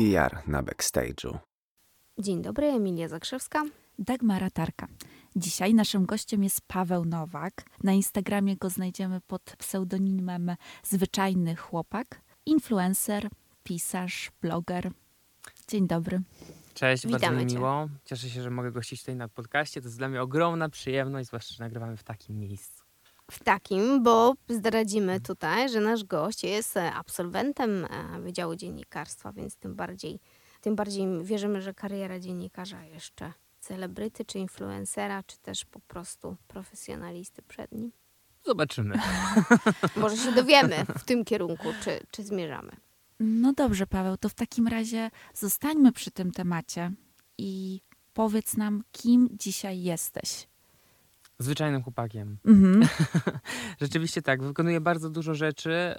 PR na backstage'u. Dzień dobry, Emilia Zakrzewska. Dagmara Tarka. Dzisiaj naszym gościem jest Paweł Nowak. Na Instagramie go znajdziemy pod pseudonimem Zwyczajny Chłopak. Influencer, pisarz, bloger. Dzień dobry. Cześć, Witamy bardzo mi cię. miło. Cieszę się, że mogę gościć tutaj na podcaście. To jest dla mnie ogromna przyjemność, zwłaszcza, że nagrywamy w takim miejscu. W takim, bo zdradzimy tutaj, że nasz gość jest absolwentem Wydziału Dziennikarstwa, więc tym bardziej wierzymy, że kariera dziennikarza jeszcze celebryty, czy influencera, czy też po prostu profesjonalisty przed nim. Zobaczymy. Może się dowiemy w tym kierunku, czy zmierzamy. No dobrze, Paweł, to w takim razie zostańmy przy tym temacie i powiedz nam, kim dzisiaj jesteś. Zwyczajnym chłopakiem. Mhm. Rzeczywiście tak, wykonuję bardzo dużo rzeczy.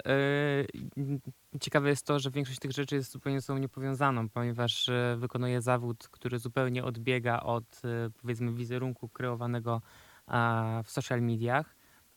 Ciekawe jest to, że większość tych rzeczy jest zupełnie ze sobą niepowiązaną, ponieważ wykonuję zawód, który zupełnie odbiega od powiedzmy wizerunku kreowanego w social mediach.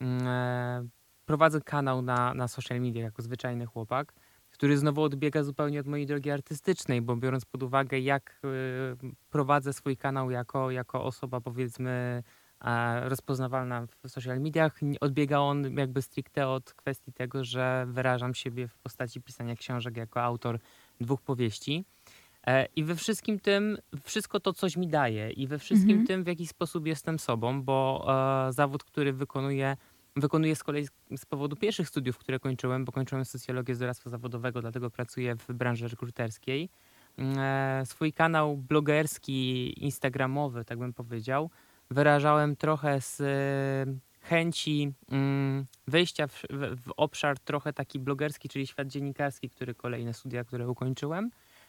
Prowadzę kanał na social mediach jako zwyczajny chłopak, który znowu odbiega zupełnie od mojej drogi artystycznej, bo biorąc pod uwagę, jak prowadzę swój kanał jako osoba powiedzmy rozpoznawalna w social mediach, odbiega on jakby stricte od kwestii tego, że wyrażam siebie w postaci pisania książek jako autor 2 powieści. I we wszystkim tym, wszystko to coś mi daje i we wszystkim tym w jakiś sposób jestem sobą, bo zawód, który wykonuję z kolei z powodu pierwszych studiów, które kończyłem, bo kończyłem socjologię z doradztwa zawodowego, dlatego pracuję w branży rekruterskiej. Swój kanał blogerski, instagramowy, tak bym powiedział, wyrażałem trochę z chęci wejścia w obszar trochę taki blogerski, czyli świat dziennikarski, który kolejne studia, które ukończyłem.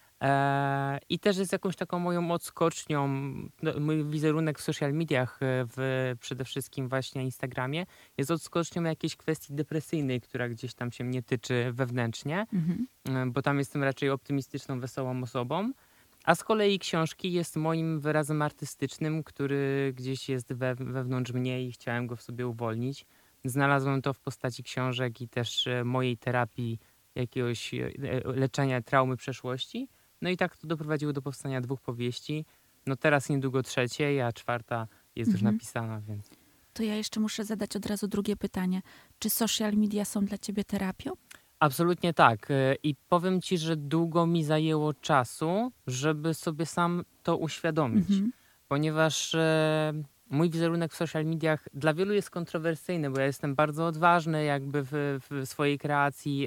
I też jest jakąś taką moją odskocznią, mój wizerunek w social mediach, przede wszystkim właśnie Instagramie, jest odskocznią jakiejś kwestii depresyjnej, która gdzieś tam się mnie tyczy wewnętrznie, bo tam jestem raczej optymistyczną, wesołą osobą. A z kolei książki jest moim wyrazem artystycznym, który gdzieś jest wewnątrz mnie i chciałem go w sobie uwolnić. Znalazłem to w postaci książek i też mojej terapii, jakiegoś leczenia traumy przeszłości. No i tak to doprowadziło do powstania 2 powieści. No teraz niedługo 3, a 4 jest już napisana, więc... To ja jeszcze muszę zadać od razu drugie pytanie. Czy social media są dla ciebie terapią? Absolutnie tak. I powiem ci, że długo mi zajęło czasu, żeby sobie sam to uświadomić. Ponieważ mój wizerunek w social mediach dla wielu jest kontrowersyjny, bo ja jestem bardzo odważny jakby w swojej kreacji,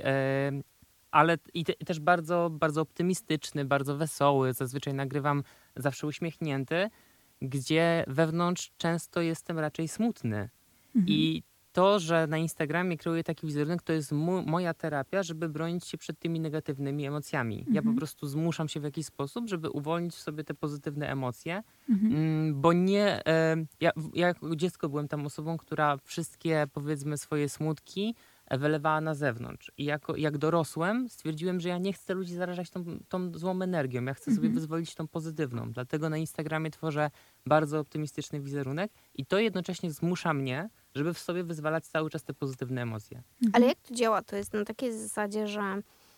ale też bardzo, bardzo optymistyczny, bardzo wesoły. Zazwyczaj nagrywam zawsze uśmiechnięty, gdzie wewnątrz często jestem raczej smutny. I to, że na Instagramie kreuję taki wizerunek, to jest moja terapia, żeby bronić się przed tymi negatywnymi emocjami. Ja po prostu zmuszam się w jakiś sposób, żeby uwolnić w sobie te pozytywne emocje, bo nie... Ja jako dziecko byłem tam osobą, która wszystkie, powiedzmy, swoje smutki wylewała na zewnątrz. I jak dorosłem, stwierdziłem, że ja nie chcę ludzi zarażać tą złą energią. Ja chcę sobie wyzwolić tą pozytywną. Dlatego na Instagramie tworzę bardzo optymistyczny wizerunek i to jednocześnie zmusza mnie, żeby w sobie wyzwalać cały czas te pozytywne emocje. Ale jak to działa? To jest na takiej zasadzie, że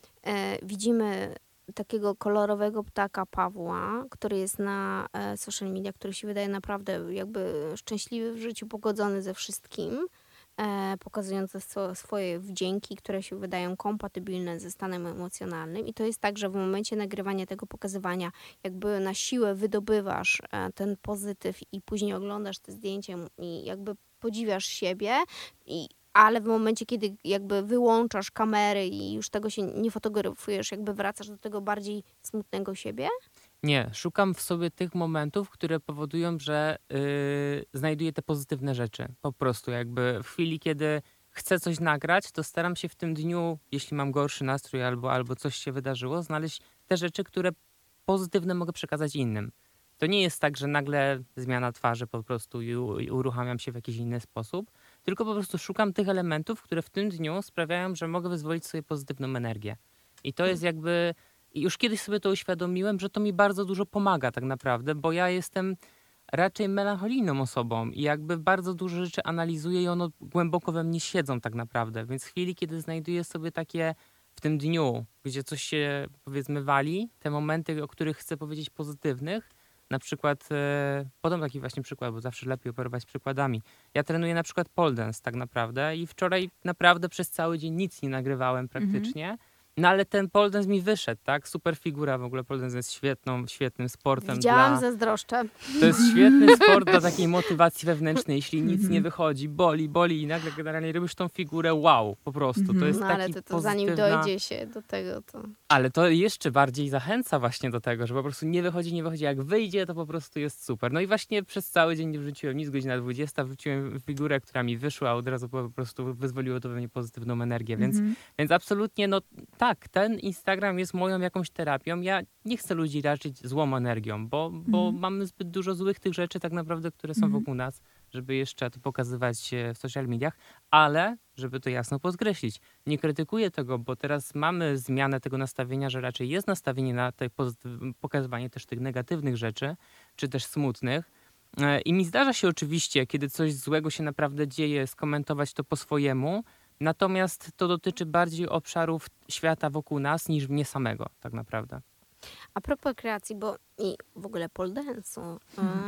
widzimy takiego kolorowego ptaka Pawła, który jest na social media, który się wydaje naprawdę jakby szczęśliwy w życiu, pogodzony ze wszystkim, pokazujący swoje wdzięki, które się wydają kompatybilne ze stanem emocjonalnym. I to jest tak, że w momencie nagrywania tego pokazywania jakby na siłę wydobywasz ten pozytyw i później oglądasz te zdjęcia i jakby podziwiasz siebie, ale w momencie, kiedy jakby wyłączasz kamery i już tego się nie fotografujesz, jakby wracasz do tego bardziej smutnego siebie? Nie, szukam w sobie tych momentów, które powodują, że znajduję te pozytywne rzeczy. Po prostu jakby w chwili, kiedy chcę coś nagrać, to staram się w tym dniu, jeśli mam gorszy nastrój albo coś się wydarzyło, znaleźć te rzeczy, które pozytywne mogę przekazać innym. To nie jest tak, że nagle zmiana twarzy po prostu i uruchamiam się w jakiś inny sposób, tylko po prostu szukam tych elementów, które w tym dniu sprawiają, że mogę wyzwolić sobie pozytywną energię. I to jest jakby... I już kiedyś sobie to uświadomiłem, że to mi bardzo dużo pomaga tak naprawdę, bo ja jestem raczej melancholijną osobą i jakby bardzo dużo rzeczy analizuję i one głęboko we mnie siedzą tak naprawdę. Więc w chwili, kiedy znajduję sobie takie w tym dniu, gdzie coś się powiedzmy wali, te momenty, o których chcę powiedzieć pozytywnych, na przykład, podam taki właśnie przykład, bo zawsze lepiej operować przykładami. Ja trenuję na przykład pole dance tak naprawdę i wczoraj naprawdę przez cały dzień nic nie nagrywałem praktycznie, no ale ten pole dance mi wyszedł, tak? Super figura, w ogóle pole dance jest świetnym sportem Widziałam, zazdroszczę. To jest świetny sport dla takiej motywacji wewnętrznej, jeśli nic nie wychodzi, boli i nagle generalnie robisz tą figurę, wow, po prostu. To jest No taki ale to zanim dojdzie się do tego, to... Ale to jeszcze bardziej zachęca właśnie do tego, że po prostu nie wychodzi. Jak wyjdzie, to po prostu jest super. No i właśnie przez cały dzień nie wrzuciłem nic, godzina 20, wrzuciłem figurę, która mi wyszła, a od razu po prostu wyzwoliło to we mnie pozytywną energię, więc absolutnie, no tak, ten Instagram jest moją jakąś terapią. Ja nie chcę ludzi raczyć złą energią, bo mamy zbyt dużo złych tych rzeczy tak naprawdę, które są wokół nas, żeby jeszcze to pokazywać w social mediach, ale żeby to jasno podkreślić, nie krytykuję tego, bo teraz mamy zmianę tego nastawienia, że raczej jest nastawienie na te pokazywanie też tych negatywnych rzeczy, czy też smutnych. I mi zdarza się oczywiście, kiedy coś złego się naprawdę dzieje, skomentować to po swojemu, natomiast to dotyczy bardziej obszarów świata wokół nas niż mnie samego tak naprawdę. A propos kreacji, bo i w ogóle pole dance'u,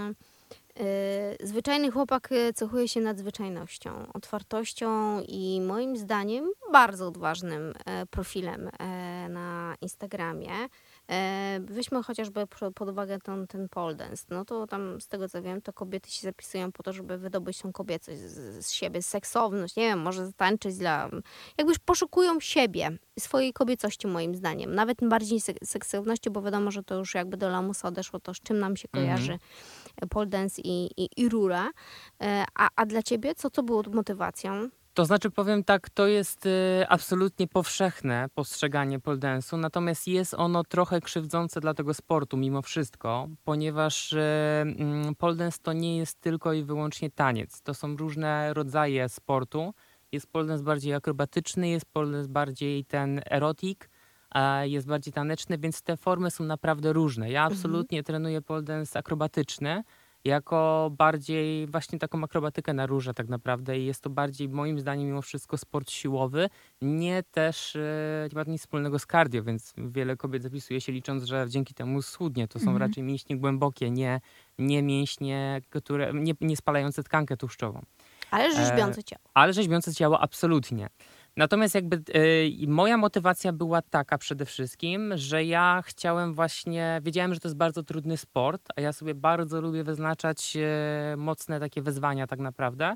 zwyczajny chłopak cechuje się nadzwyczajnością, otwartością i moim zdaniem bardzo odważnym profilem na Instagramie. Weźmy chociażby pod uwagę ten pole dance. No to tam z tego co wiem, to kobiety się zapisują po to, żeby wydobyć tą kobiecość z siebie, seksowność, nie wiem, może zatańczyć jakbyś poszukują siebie, swojej kobiecości moim zdaniem. Nawet bardziej seksowności, bo wiadomo, że to już jakby do lamusa odeszło to, z czym nam się kojarzy pole dance i rura. A dla ciebie co było motywacją? To znaczy, powiem tak, to jest absolutnie powszechne postrzeganie pole dance'u, natomiast jest ono trochę krzywdzące dla tego sportu mimo wszystko, ponieważ pole dance to nie jest tylko i wyłącznie taniec. To są różne rodzaje sportu. Jest pole dance bardziej akrobatyczny, jest pole dance bardziej ten erotik, a jest bardziej taneczny, więc te formy są naprawdę różne. Ja absolutnie trenuję pole dance akrobatyczny, jako bardziej właśnie taką akrobatykę na rurze tak naprawdę i jest to bardziej moim zdaniem mimo wszystko sport siłowy, nie ma nic wspólnego z cardio, więc wiele kobiet zapisuje się licząc, że dzięki temu schudnie. To są raczej mięśnie głębokie, nie mięśnie, które nie spalające tkankę tłuszczową. Ale rzeźbiące ciało. Ale rzeźbiące ciało absolutnie. Natomiast jakby moja motywacja była taka przede wszystkim, że ja wiedziałem, że to jest bardzo trudny sport, a ja sobie bardzo lubię wyznaczać mocne takie wyzwania tak naprawdę.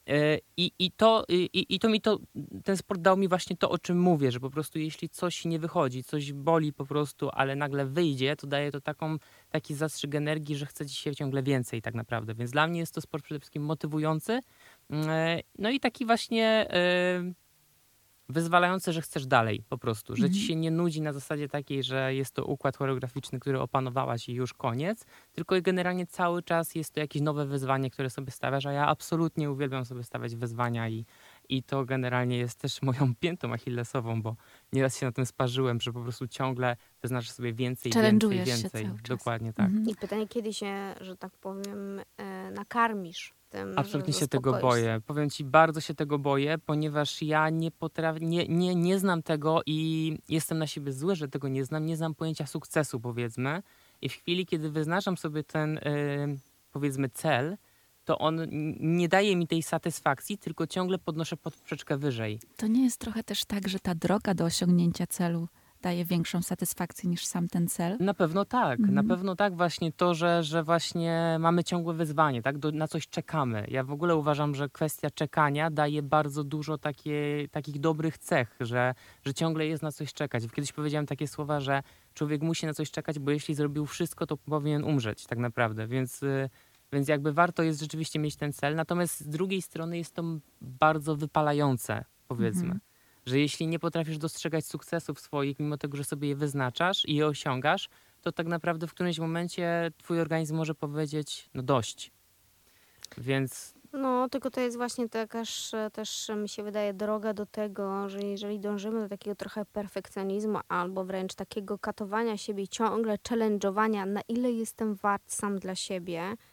Ten sport dał mi właśnie to, o czym mówię, że po prostu jeśli coś nie wychodzi, coś boli po prostu, ale nagle wyjdzie, to daje to taki zastrzyk energii, że chce ci się ciągle więcej tak naprawdę. Więc dla mnie jest to sport przede wszystkim motywujący, no i taki właśnie wyzwalające, że chcesz dalej po prostu, że ci się nie nudzi na zasadzie takiej, że jest to układ choreograficzny, który opanowałaś i już koniec, tylko generalnie cały czas jest to jakieś nowe wyzwanie, które sobie stawiasz, a ja absolutnie uwielbiam sobie stawiać wyzwania i to generalnie jest też moją piętą achillesową, bo nieraz się na tym sparzyłem, że po prostu ciągle wyznaczasz sobie więcej. Się cały czas. Dokładnie tak. I pytanie, kiedy się, że tak powiem, nakarmisz tym, Absolutnie że się tego boję. Powiem ci, bardzo się tego boję, ponieważ ja nie potrafię, nie znam tego i jestem na siebie zły, że tego nie znam pojęcia sukcesu, powiedzmy. I w chwili, kiedy wyznaczam sobie ten, powiedzmy, cel, to on nie daje mi tej satysfakcji, tylko ciągle podnoszę poprzeczkę wyżej. To nie jest trochę też tak, że ta droga do osiągnięcia celu daje większą satysfakcję niż sam ten cel? Na pewno tak. Na pewno tak właśnie to, że właśnie mamy ciągłe wyzwanie, tak? Na coś czekamy. Ja w ogóle uważam, że kwestia czekania daje bardzo dużo takich dobrych cech, że ciągle jest na coś czekać. Kiedyś powiedziałem takie słowa, że człowiek musi na coś czekać, bo jeśli zrobił wszystko, to powinien umrzeć tak naprawdę. Więc jakby warto jest rzeczywiście mieć ten cel. Natomiast z drugiej strony jest to bardzo wypalające, powiedzmy. Że jeśli nie potrafisz dostrzegać sukcesów swoich, mimo tego, że sobie je wyznaczasz i je osiągasz, to tak naprawdę w którymś momencie twój organizm może powiedzieć, no dość. Więc... No, tylko to jest właśnie też mi się wydaje droga do tego, że jeżeli dążymy do takiego trochę perfekcjonizmu albo wręcz takiego katowania siebie, ciągle challenge'owania, na ile jestem wart sam dla siebie,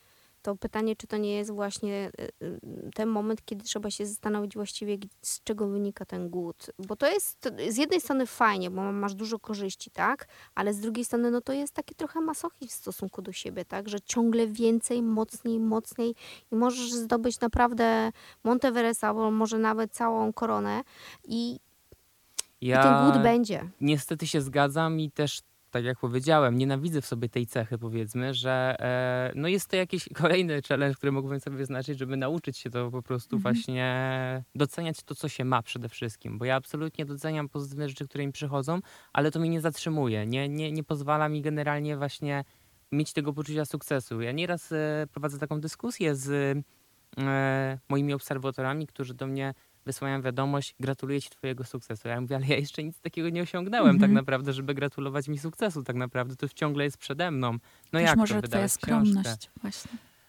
to pytanie, czy to nie jest właśnie ten moment, kiedy trzeba się zastanowić właściwie, z czego wynika ten głód. Bo to jest z jednej strony fajnie, bo masz dużo korzyści, tak? Ale z drugiej strony, no to jest taki trochę masochizm w stosunku do siebie, tak? Że ciągle więcej, mocniej i możesz zdobyć naprawdę Monteveresta, albo może nawet całą koronę i ten głód będzie. Niestety się zgadzam i też, tak jak powiedziałem, nienawidzę w sobie tej cechy, powiedzmy, że no jest to jakiś kolejny challenge, który mógłbym sobie wyznaczyć, żeby nauczyć się to po prostu właśnie doceniać to, co się ma przede wszystkim. Bo ja absolutnie doceniam pozytywne rzeczy, które mi przychodzą, ale to mnie nie zatrzymuje. Nie pozwala mi generalnie właśnie mieć tego poczucia sukcesu. Ja nieraz prowadzę taką dyskusję z moimi obserwatorami, którzy do mnie wysyłają wiadomość: gratuluję ci twojego sukcesu. Ja mówię, ale ja jeszcze nic takiego nie osiągnąłem tak naprawdę, żeby gratulować mi sukcesu tak naprawdę. To ciągle jest przede mną. No Też jak może to twoja wydałeś skromność książkę? właśnie.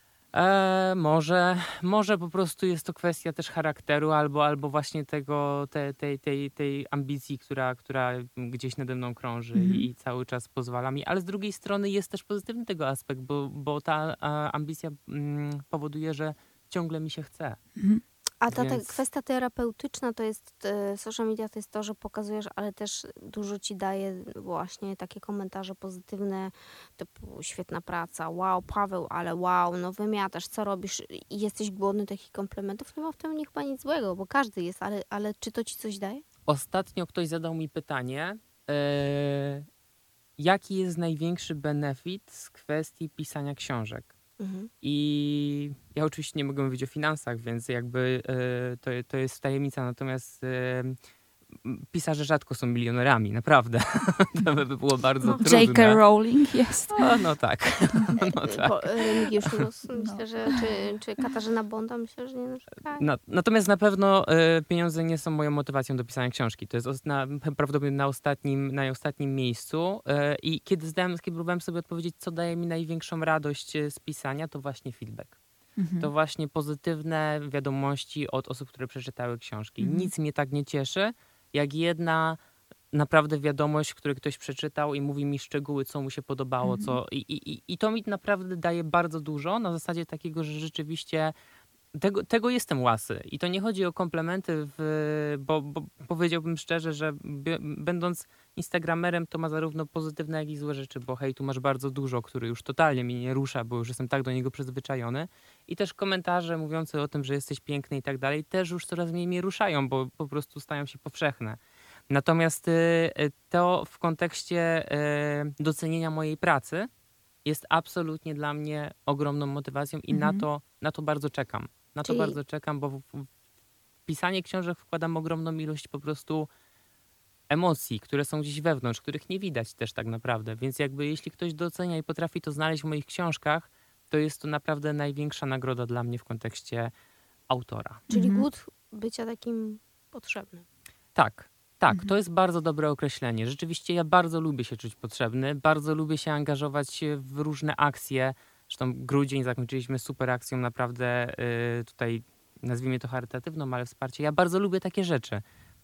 Może po prostu jest to kwestia też charakteru albo właśnie tej ambicji, która gdzieś nade mną krąży i cały czas pozwala mi. Ale z drugiej strony jest też pozytywny tego aspekt, bo ta ambicja powoduje, że ciągle mi się chce. A ta Więc- kwestia terapeutyczna to jest, social media to jest to, że pokazujesz, ale też dużo ci daje właśnie takie komentarze pozytywne, typu świetna praca, wow, Paweł, ale wow, no wymiatasz, co robisz i jesteś głodny takich komplementów. Nie ma w tym chyba nic złego, bo każdy jest, ale czy to ci coś daje? Ostatnio ktoś zadał mi pytanie, jaki jest największy benefit z kwestii pisania książek? Mhm. I ja oczywiście nie mogę mówić o finansach, więc jakby to jest tajemnica, natomiast pisarze rzadko są milionerami, naprawdę. To by było bardzo trudne. J.K. Rowling jest. No tak. No tak. Remigiusz Luz, myślę, że czy Katarzyna Bonda, myślę, że nie narzekają. Natomiast na pewno pieniądze nie są moją motywacją do pisania książki. To jest prawdopodobnie na ostatnim miejscu. I kiedy próbowałem sobie odpowiedzieć, co daje mi największą radość z pisania, to właśnie feedback. To właśnie pozytywne wiadomości od osób, które przeczytały książki. Nic mnie tak nie cieszy, jak jedna naprawdę wiadomość, którą ktoś przeczytał i mówi mi szczegóły, co mu się podobało, co i to mi naprawdę daje bardzo dużo, na zasadzie takiego, że rzeczywiście tego jestem łasy. I to nie chodzi o komplementy, bo powiedziałbym szczerze, że będąc instagramerem, to ma zarówno pozytywne, jak i złe rzeczy, bo hejtu masz bardzo dużo, który już totalnie mnie nie rusza, bo już jestem tak do niego przyzwyczajony. I też komentarze mówiące o tym, że jesteś piękny i tak dalej, też już coraz mniej mnie ruszają, bo po prostu stają się powszechne. Natomiast to w kontekście docenienia mojej pracy jest absolutnie dla mnie ogromną motywacją i na to bardzo czekam. Na to Czyli- bardzo czekam, bo w pisanie książek wkładam ogromną ilość po prostu emocji, które są gdzieś wewnątrz, których nie widać też tak naprawdę. Więc jakby jeśli ktoś docenia i potrafi to znaleźć w moich książkach, to jest to naprawdę największa nagroda dla mnie w kontekście autora. Czyli głód bycia takim potrzebnym. Tak, to jest bardzo dobre określenie. Rzeczywiście ja bardzo lubię się czuć potrzebny, bardzo lubię się angażować w różne akcje. Zresztą grudzień zakończyliśmy super akcją, naprawdę tutaj nazwijmy to charytatywną, ale wsparcie. Ja bardzo lubię takie rzeczy.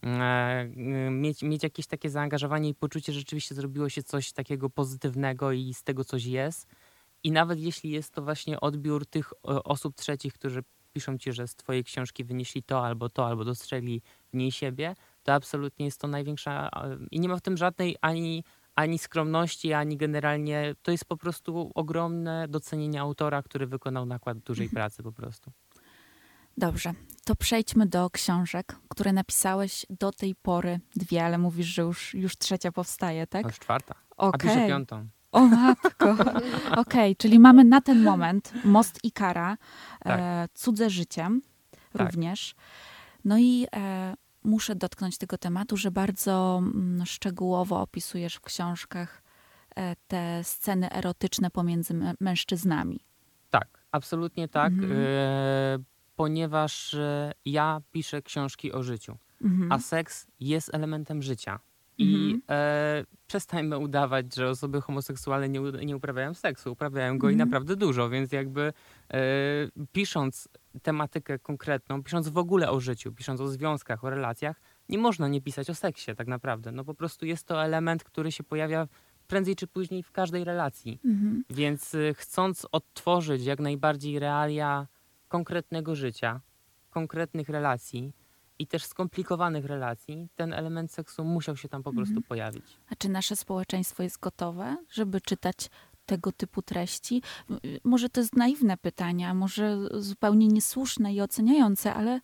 Mieć jakieś takie zaangażowanie i poczucie, że rzeczywiście zrobiło się coś takiego pozytywnego i z tego coś jest. I nawet jeśli jest to właśnie odbiór tych osób trzecich, którzy piszą ci, że z twojej książki wynieśli to, albo dostrzegli w niej siebie, to absolutnie jest to największa i nie ma w tym żadnej ani skromności, ani generalnie, to jest po prostu ogromne docenienie autora, który wykonał nakład dużej pracy po prostu. Dobrze, to przejdźmy do książek, które napisałeś do tej pory 2, ale mówisz, że już 3 powstaje, tak? To już 4, a piszę 5. O matko. Okej, czyli mamy na ten moment Most i Kara, Tak. Cudze życie również. No i muszę dotknąć tego tematu, że bardzo szczegółowo opisujesz w książkach te sceny erotyczne pomiędzy mężczyznami. Tak, absolutnie tak, ponieważ ja piszę książki o życiu, a seks jest elementem życia. I przestańmy udawać, że osoby homoseksualne nie uprawiają seksu. Uprawiają go i naprawdę dużo, więc jakby pisząc tematykę konkretną, pisząc w ogóle o życiu, pisząc o związkach, o relacjach, nie można nie pisać o seksie tak naprawdę. No po prostu jest to element, który się pojawia prędzej czy później w każdej relacji. Mhm. Więc chcąc odtworzyć jak najbardziej realia konkretnego życia, konkretnych relacji i też skomplikowanych relacji, ten element seksu musiał się tam po prostu pojawić. A czy nasze społeczeństwo jest gotowe, żeby czytać tego typu treści? Może to jest naiwne pytanie, a może zupełnie niesłuszne i oceniające, ale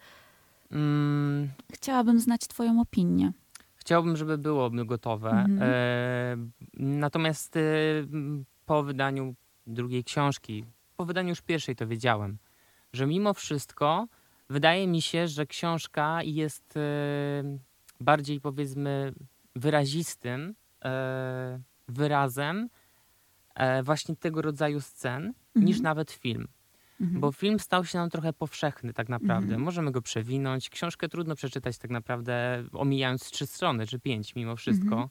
chciałabym znać twoją opinię. Chciałbym, żeby było gotowe. Natomiast po wydaniu drugiej książki, po wydaniu już pierwszej to wiedziałem, że mimo wszystko wydaje mi się, że książka jest bardziej powiedzmy wyrazistym wyrazem właśnie tego rodzaju scen niż nawet film. Bo film stał się nam trochę powszechny tak naprawdę. Możemy go przewinąć. Książkę trudno przeczytać tak naprawdę omijając 3 strony czy 5 mimo wszystko.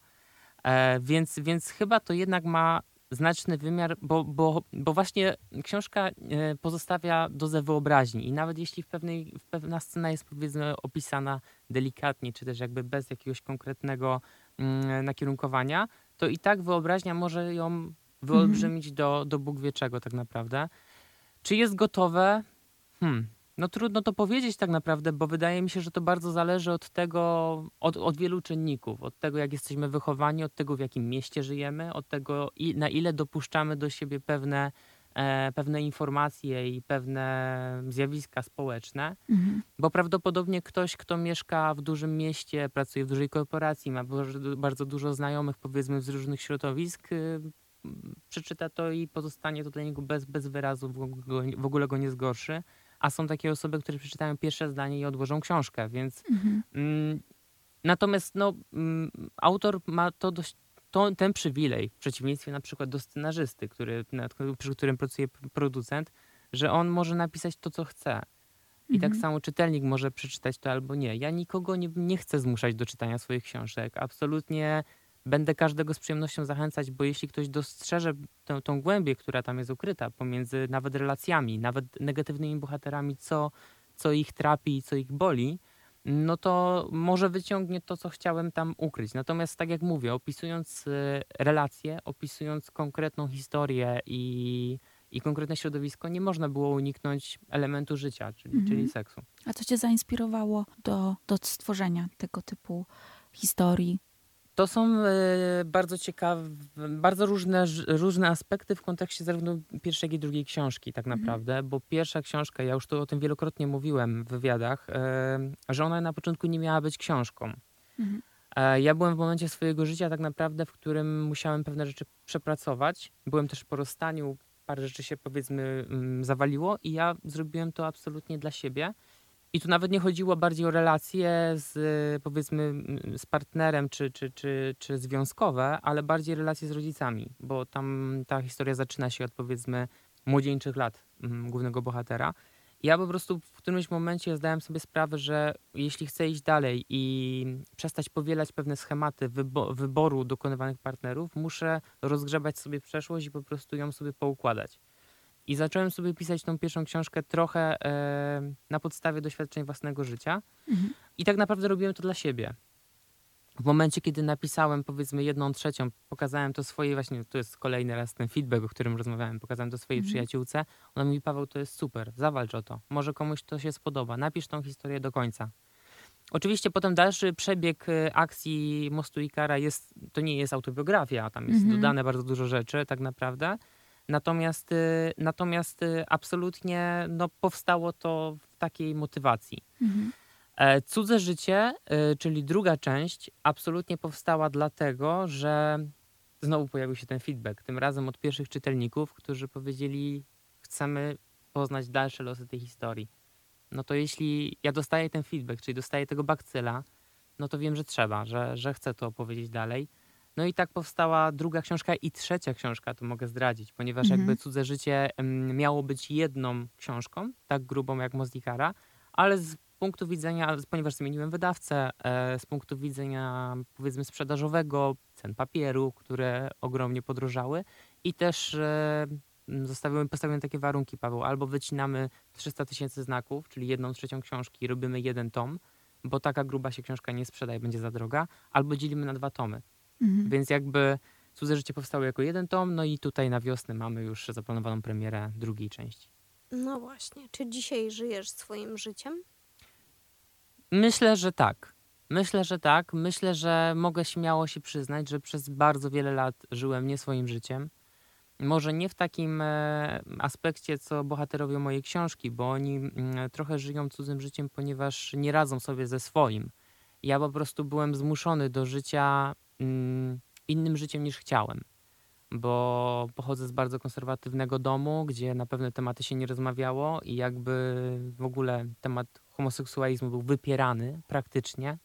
Więc chyba to jednak ma znaczny wymiar, bo właśnie książka pozostawia dozę wyobraźni i nawet jeśli pewna scena jest powiedzmy opisana delikatnie, czy też jakby bez jakiegoś konkretnego nakierunkowania, to i tak wyobraźnia może ją wyolbrzymić do Bóg wie czego tak naprawdę. Czy jest gotowe? No trudno to powiedzieć tak naprawdę, bo wydaje mi się, że to bardzo zależy od tego, od wielu czynników. Od tego, jak jesteśmy wychowani, od tego, w jakim mieście żyjemy, od tego, na ile dopuszczamy do siebie pewne informacje i pewne zjawiska społeczne. Bo prawdopodobnie ktoś, kto mieszka w dużym mieście, pracuje w dużej korporacji, ma bardzo dużo znajomych, powiedzmy, z różnych środowisk, przeczyta to i pozostanie to dla niego bez wyrazu, w ogóle go nie zgorszy. A są takie osoby, które przeczytają pierwsze zdanie i odłożą książkę, więc natomiast autor ma ten przywilej, w przeciwieństwie na przykład do scenarzysty, przy którym pracuje producent, że on może napisać to, co chce. I tak samo czytelnik może przeczytać to albo nie. Ja nikogo nie chcę zmuszać do czytania swoich książek. Absolutnie będę każdego z przyjemnością zachęcać, bo jeśli ktoś dostrzeże tą głębię, która tam jest ukryta pomiędzy nawet relacjami, nawet negatywnymi bohaterami, co ich trapi i co ich boli, no to może wyciągnie to, co chciałem tam ukryć. Natomiast tak jak mówię, opisując relacje, opisując konkretną historię i konkretne środowisko, nie można było uniknąć elementu życia, czyli seksu. A co cię zainspirowało do stworzenia tego typu historii? To są bardzo ciekawe, bardzo różne aspekty w kontekście zarówno pierwszej, jak i drugiej książki tak naprawdę, bo pierwsza książka, ja już tu o tym wielokrotnie mówiłem w wywiadach, że ona na początku nie miała być książką. Ja byłem w momencie swojego życia tak naprawdę, w którym musiałem pewne rzeczy przepracować. Byłem też po rozstaniu, parę rzeczy się powiedzmy zawaliło i ja zrobiłem to absolutnie dla siebie. I tu nawet nie chodziło bardziej o relacje powiedzmy z partnerem czy związkowe, ale bardziej relacje z rodzicami, bo tam ta historia zaczyna się od powiedzmy młodzieńczych lat głównego bohatera. Ja po prostu w którymś momencie zdałem sobie sprawę, że jeśli chcę iść dalej i przestać powielać pewne schematy wyboru dokonywanych partnerów, muszę rozgrzebać sobie przeszłość i po prostu ją sobie poukładać. I zacząłem sobie pisać tą pierwszą książkę trochę na podstawie doświadczeń własnego życia. I tak naprawdę robiłem to dla siebie. W momencie, kiedy napisałem powiedzmy 1/3, pokazałem to swojej właśnie, to jest kolejny raz ten feedback, o którym rozmawiałem, pokazałem to swojej przyjaciółce. Ona mówi: Paweł, to jest super, zawalcz o to. Może komuś to się spodoba. Napisz tą historię do końca. Oczywiście potem dalszy przebieg akcji Mostu Ikara to nie jest autobiografia, tam jest dodane bardzo dużo rzeczy tak naprawdę. Natomiast absolutnie powstało to w takiej motywacji. Cudze życie, czyli druga część, absolutnie powstała dlatego, że znowu pojawił się ten feedback, tym razem od pierwszych czytelników, którzy powiedzieli: chcemy poznać dalsze losy tej historii. No to jeśli ja dostaję ten feedback, czyli dostaję tego bakcyla, no to wiem, że trzeba, że chcę to opowiedzieć dalej. No i tak powstała druga książka i trzecia książka, to mogę zdradzić, ponieważ jakby Cudze życie miało być jedną książką, tak grubą jak Most Ikara, ale z punktu widzenia, ponieważ zmieniłem wydawcę, z punktu widzenia powiedzmy sprzedażowego, cen papieru, które ogromnie podrożały i też postawiłem takie warunki, Paweł, albo wycinamy 300 000 znaków, czyli 1/3 książki i robimy 1 tom, bo taka gruba się książka nie sprzeda i będzie za droga, albo dzielimy na 2 tomy. Więc jakby Cudze życie powstało jako jeden tom, no i tutaj na wiosnę mamy już zaplanowaną premierę drugiej części. No właśnie. Czy dzisiaj żyjesz swoim życiem? Myślę, że tak. Myślę, że mogę śmiało się przyznać, że przez bardzo wiele lat żyłem nie swoim życiem. Może nie w takim aspekcie, co bohaterowie mojej książki, bo oni trochę żyją cudzym życiem, ponieważ nie radzą sobie ze swoim. Ja po prostu byłem zmuszony do życia innym życiem niż chciałem, bo pochodzę z bardzo konserwatywnego domu, gdzie na pewne tematy się nie rozmawiało i jakby w ogóle temat homoseksualizmu był wypierany praktycznie.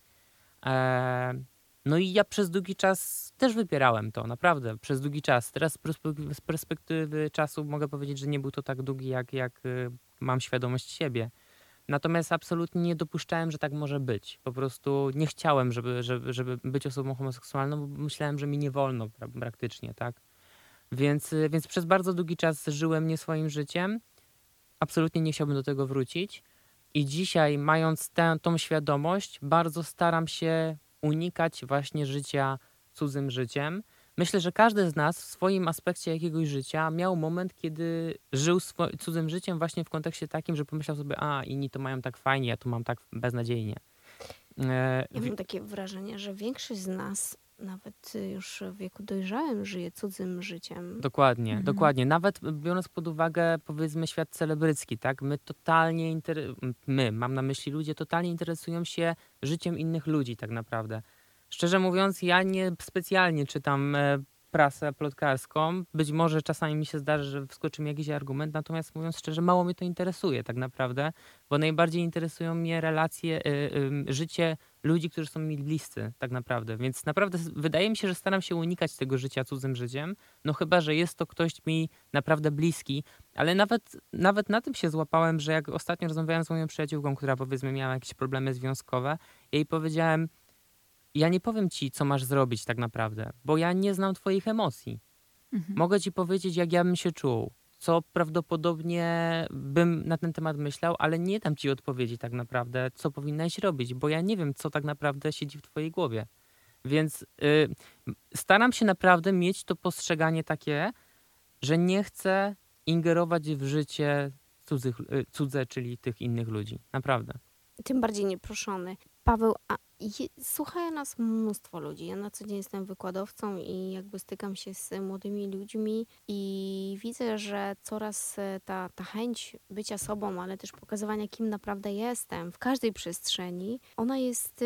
No i ja przez długi czas też wypierałem to, naprawdę, przez długi czas. Teraz z perspektywy czasu mogę powiedzieć, że nie był to tak długi, jak mam świadomość siebie. Natomiast absolutnie nie dopuszczałem, że tak może być. Po prostu nie chciałem, żeby być osobą homoseksualną, bo myślałem, że mi nie wolno praktycznie, tak? Więc przez bardzo długi czas żyłem nie swoim życiem. Absolutnie nie chciałbym do tego wrócić. I dzisiaj, mając tą świadomość, bardzo staram się unikać właśnie życia cudzym życiem. Myślę, że każdy z nas w swoim aspekcie jakiegoś życia miał moment, kiedy żył cudzym życiem właśnie w kontekście takim, że pomyślał sobie, inni to mają tak fajnie, ja tu mam tak beznadziejnie. Ja mam takie wrażenie, że większość z nas nawet już w wieku dojrzałym żyje cudzym życiem. Dokładnie. Nawet biorąc pod uwagę, powiedzmy, świat celebrycki, tak? Mam na myśli ludzie, totalnie interesują się życiem innych ludzi tak naprawdę. Szczerze mówiąc, ja nie specjalnie czytam prasę plotkarską. Być może czasami mi się zdarzy, że wskoczy mi jakiś argument, natomiast mówiąc szczerze, mało mnie to interesuje tak naprawdę, bo najbardziej interesują mnie relacje, życie ludzi, którzy są mi bliscy tak naprawdę. Więc naprawdę wydaje mi się, że staram się unikać tego życia cudzym życiem, no chyba że jest to ktoś mi naprawdę bliski, ale nawet na tym się złapałem, że jak ostatnio rozmawiałem z moją przyjaciółką, która powiedzmy miała jakieś problemy związkowe, ja jej powiedziałem, ja nie powiem ci, co masz zrobić tak naprawdę, bo ja nie znam twoich emocji. Mogę ci powiedzieć, jak ja bym się czuł, co prawdopodobnie bym na ten temat myślał, ale nie dam ci odpowiedzi tak naprawdę, co powinnaś robić, bo ja nie wiem, co tak naprawdę siedzi w twojej głowie. Więc staram się naprawdę mieć to postrzeganie takie, że nie chcę ingerować w życie cudze, czyli tych innych ludzi. Naprawdę. Tym bardziej nieproszony. Paweł, słucha nas mnóstwo ludzi. Ja na co dzień jestem wykładowcą i jakby stykam się z młodymi ludźmi i widzę, że coraz ta chęć bycia sobą, ale też pokazywania, kim naprawdę jestem w każdej przestrzeni, ona jest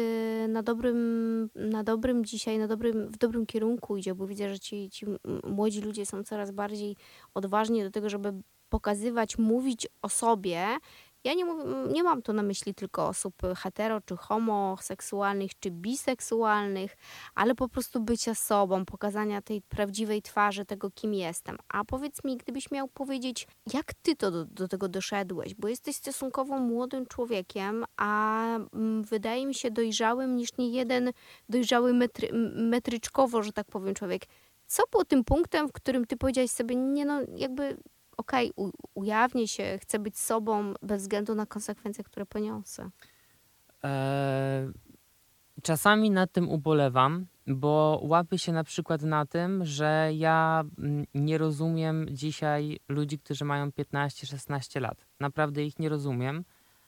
w dobrym kierunku idzie, bo widzę, że ci młodzi ludzie są coraz bardziej odważni do tego, żeby pokazywać, mówić o sobie. Ja nie mam tu na myśli tylko osób hetero, czy homoseksualnych, czy biseksualnych, ale po prostu bycia sobą, pokazania tej prawdziwej twarzy, tego, kim jestem. A powiedz mi, gdybyś miał powiedzieć, jak ty do tego doszedłeś, bo jesteś stosunkowo młodym człowiekiem, a wydaje mi się dojrzałym niż niejeden dojrzały metryczkowo, że tak powiem, człowiek. Co było tym punktem, w którym ty powiedziałeś sobie, ujawnię się, chcę być sobą bez względu na konsekwencje, które poniosę. Czasami nad tym ubolewam, bo łapię się na przykład na tym, że ja nie rozumiem dzisiaj ludzi, którzy mają 15-16 lat. Naprawdę ich nie rozumiem.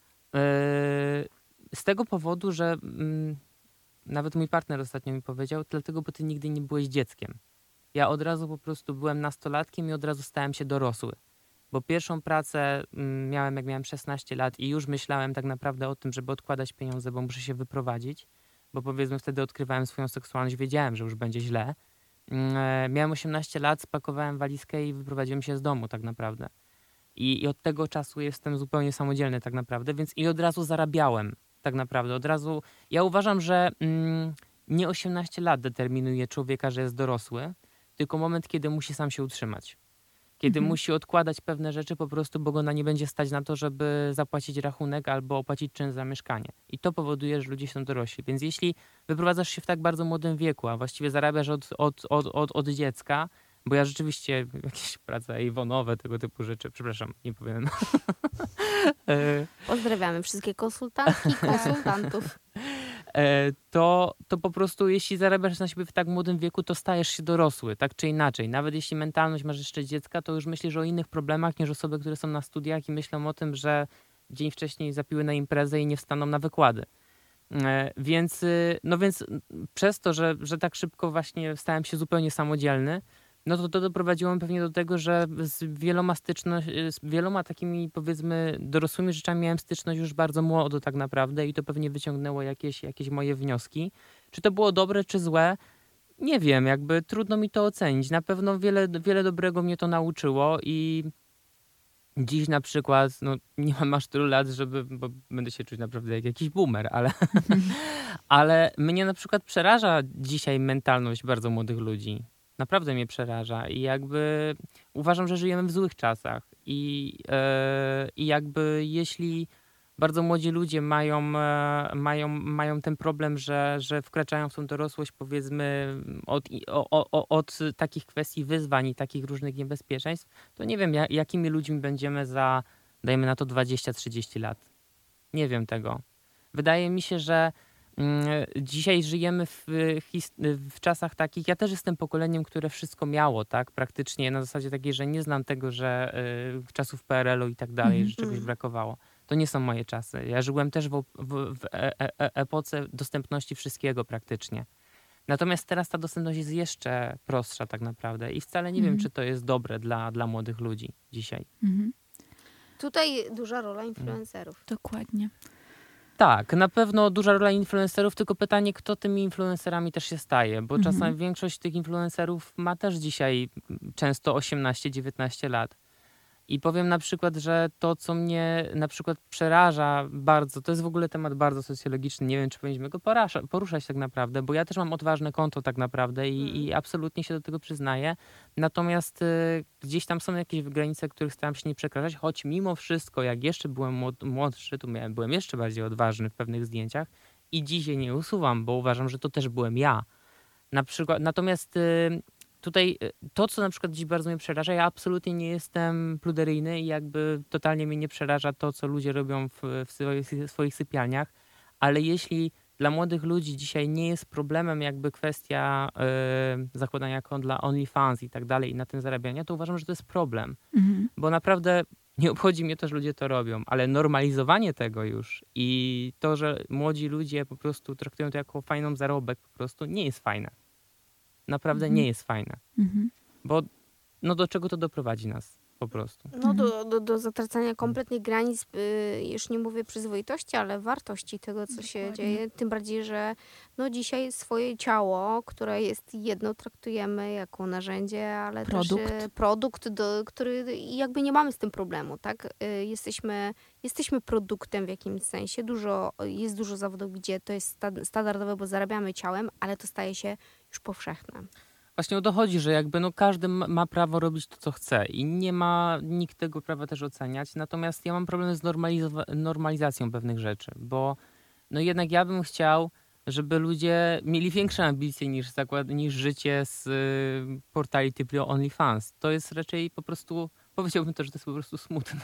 Z tego powodu, że nawet mój partner ostatnio mi powiedział, dlatego, bo ty nigdy nie byłeś dzieckiem. Ja od razu po prostu byłem nastolatkiem i od razu stałem się dorosły. Bo pierwszą pracę miałem, jak miałem 16 lat i już myślałem tak naprawdę o tym, żeby odkładać pieniądze, bo muszę się wyprowadzić. Bo powiedzmy wtedy odkrywałem swoją seksualność, wiedziałem, że już będzie źle. Miałem 18 lat, spakowałem walizkę i wyprowadziłem się z domu tak naprawdę. I od tego czasu jestem zupełnie samodzielny tak naprawdę, więc i od razu zarabiałem tak naprawdę. Od razu, ja uważam, że nie 18 lat determinuje człowieka, że jest dorosły, tylko moment, kiedy musi sam się utrzymać. Kiedy musi odkładać pewne rzeczy po prostu, bo go nie będzie stać na to, żeby zapłacić rachunek albo opłacić czynsz za mieszkanie. I to powoduje, że ludzie są dorośli. Więc jeśli wyprowadzasz się w tak bardzo młodym wieku, a właściwie zarabiasz od dziecka, bo ja rzeczywiście jakieś prace iwonowe, tego typu rzeczy, przepraszam, nie powiem. Pozdrawiamy wszystkie konsultantki i konsultantów. to po prostu jeśli zarabiasz na siebie w tak młodym wieku, to stajesz się dorosły, tak czy inaczej. Nawet jeśli mentalność masz jeszcze dziecka, to już myślisz o innych problemach niż osoby, które są na studiach i myślą o tym, że dzień wcześniej zapiły na imprezę i nie wstaną na wykłady. Więc przez to, że tak szybko właśnie stałem się zupełnie samodzielny, no to doprowadziło mnie pewnie do tego, że z wieloma takimi, powiedzmy, dorosłymi rzeczami miałem styczność już bardzo młodo tak naprawdę i to pewnie wyciągnęło jakieś moje wnioski. Czy to było dobre, czy złe? Nie wiem, jakby trudno mi to ocenić. Na pewno wiele dobrego mnie to nauczyło i dziś na przykład, no nie mam aż tylu lat, bo będę się czuć naprawdę jak jakiś boomer, ale mnie na przykład przeraża dzisiaj mentalność bardzo młodych ludzi. Naprawdę mnie przeraża i jakby uważam, że żyjemy w złych czasach i jakby jeśli bardzo młodzi ludzie mają ten problem, że wkraczają w tą dorosłość, powiedzmy, od takich kwestii wyzwań i takich różnych niebezpieczeństw, to nie wiem, jakimi ludźmi będziemy za, dajmy na to, 20-30 lat. Nie wiem tego. Wydaje mi się, że dzisiaj żyjemy w czasach takich, ja też jestem pokoleniem, które wszystko miało, tak, praktycznie na zasadzie takiej, że nie znam tego, że czasów PRL-u i tak dalej, że czegoś brakowało. To nie są moje czasy. Ja żyłem też w epoce dostępności wszystkiego praktycznie. Natomiast teraz ta dostępność jest jeszcze prostsza tak naprawdę i wcale nie wiem, czy to jest dobre dla młodych ludzi dzisiaj. Tutaj duża rola influencerów. Dokładnie. Tak, na pewno duża rola influencerów, tylko pytanie, kto tymi influencerami też się staje, bo czasami większość tych influencerów ma też dzisiaj często 18-19 lat. I powiem na przykład, że to, co mnie na przykład przeraża bardzo, to jest w ogóle temat bardzo socjologiczny, nie wiem, czy powinniśmy go poruszać tak naprawdę, bo ja też mam odważne konto tak naprawdę i absolutnie się do tego przyznaję. Natomiast gdzieś tam są jakieś granice, których staram się nie przekraczać, choć mimo wszystko, jak jeszcze byłem młodszy, to byłem jeszcze bardziej odważny w pewnych zdjęciach i dzisiaj nie usuwam, bo uważam, że to też byłem ja. Na przykład, natomiast tutaj to, co na przykład dziś bardzo mnie przeraża, ja absolutnie nie jestem pluderyjny i jakby totalnie mnie nie przeraża to, co ludzie robią w swoich sypialniach, ale jeśli dla młodych ludzi dzisiaj nie jest problemem jakby kwestia zakładania kont dla OnlyFans i tak dalej i na tym zarabiania, to uważam, że to jest problem. Bo naprawdę nie obchodzi mnie to, że ludzie to robią, ale normalizowanie tego już i to, że młodzi ludzie po prostu traktują to jako fajną zarobek po prostu nie jest fajne. Naprawdę nie jest fajne. Bo no do czego to doprowadzi nas po prostu? No do zatracania kompletnych granic, już nie mówię przyzwoitości, ale wartości tego, co się dzieje. Tym bardziej, że no dzisiaj swoje ciało, które jest jedno, traktujemy jako narzędzie, ale też produkt, który jakby nie mamy z tym problemu, tak? Jesteśmy produktem w jakimś sensie. Jest dużo zawodów, gdzie to jest standardowe, bo zarabiamy ciałem, ale to staje się już powszechne. Właśnie o to chodzi, że jakby no każdy ma prawo robić to, co chce i nie ma nikt tego prawa też oceniać. Natomiast ja mam problem z normalizacją pewnych rzeczy, bo no jednak ja bym chciał, żeby ludzie mieli większe ambicje niż życie z portali typu OnlyFans. To jest raczej po prostu, powiedziałbym to, że to jest po prostu smutne.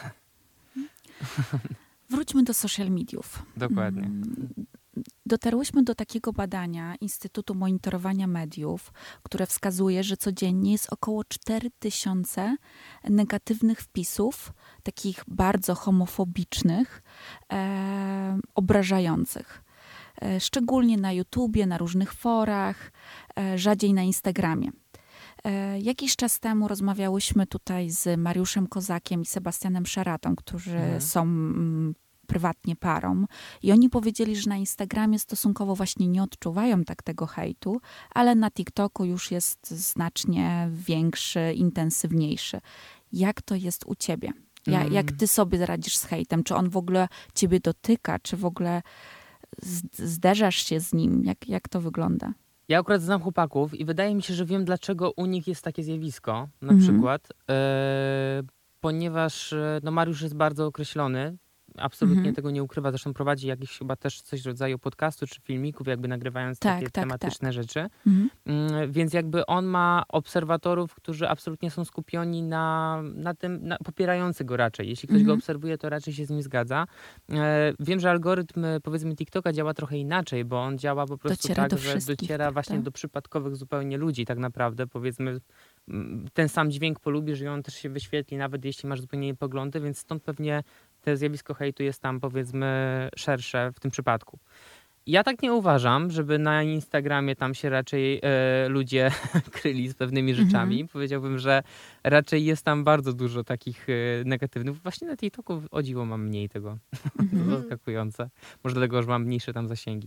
Wróćmy do social mediów. Dokładnie. Dotarłyśmy do takiego badania Instytutu Monitorowania Mediów, które wskazuje, że codziennie jest około 4000 negatywnych wpisów, takich bardzo homofobicznych, obrażających. Szczególnie na YouTubie, na różnych forach, rzadziej na Instagramie. Jakiś czas temu rozmawiałyśmy tutaj z Mariuszem Kozakiem i Sebastianem Szaratą, którzy są prywatnie parą i oni powiedzieli, że na Instagramie stosunkowo właśnie nie odczuwają tak tego hejtu, ale na TikToku już jest znacznie większy, intensywniejszy. Jak to jest u ciebie? Jak ty sobie radzisz z hejtem? Czy on w ogóle ciebie dotyka? Czy w ogóle zderzasz się z nim? Jak to wygląda? Ja akurat znam chłopaków i wydaje mi się, że wiem, dlaczego u nich jest takie zjawisko, na przykład, ponieważ no Mariusz jest bardzo określony absolutnie tego nie ukrywa. Zresztą prowadzi jakiś chyba też coś w rodzaju podcastu czy filmików, jakby nagrywając takie tematyczne rzeczy. Więc jakby on ma obserwatorów, którzy absolutnie są skupioni na tym, popierający go raczej. Jeśli ktoś go obserwuje, to raczej się z nim zgadza. Wiem, że algorytm, powiedzmy, TikToka działa trochę inaczej, bo on działa po prostu Dociera do tak, że wszystkich, dociera właśnie do przypadkowych zupełnie ludzi tak naprawdę. Powiedzmy, ten sam dźwięk polubisz i on też się wyświetli, nawet jeśli masz zupełnie inne poglądy, więc stąd pewnie to zjawisko hejtu jest tam, powiedzmy, szersze w tym przypadku. Ja tak nie uważam, żeby na Instagramie tam się raczej ludzie kryli z pewnymi rzeczami. Powiedziałbym, że raczej jest tam bardzo dużo takich negatywnych. Właśnie na TikToku, o dziwo, mam mniej tego. To zaskakujące. Może dlatego, że mam mniejsze tam zasięgi.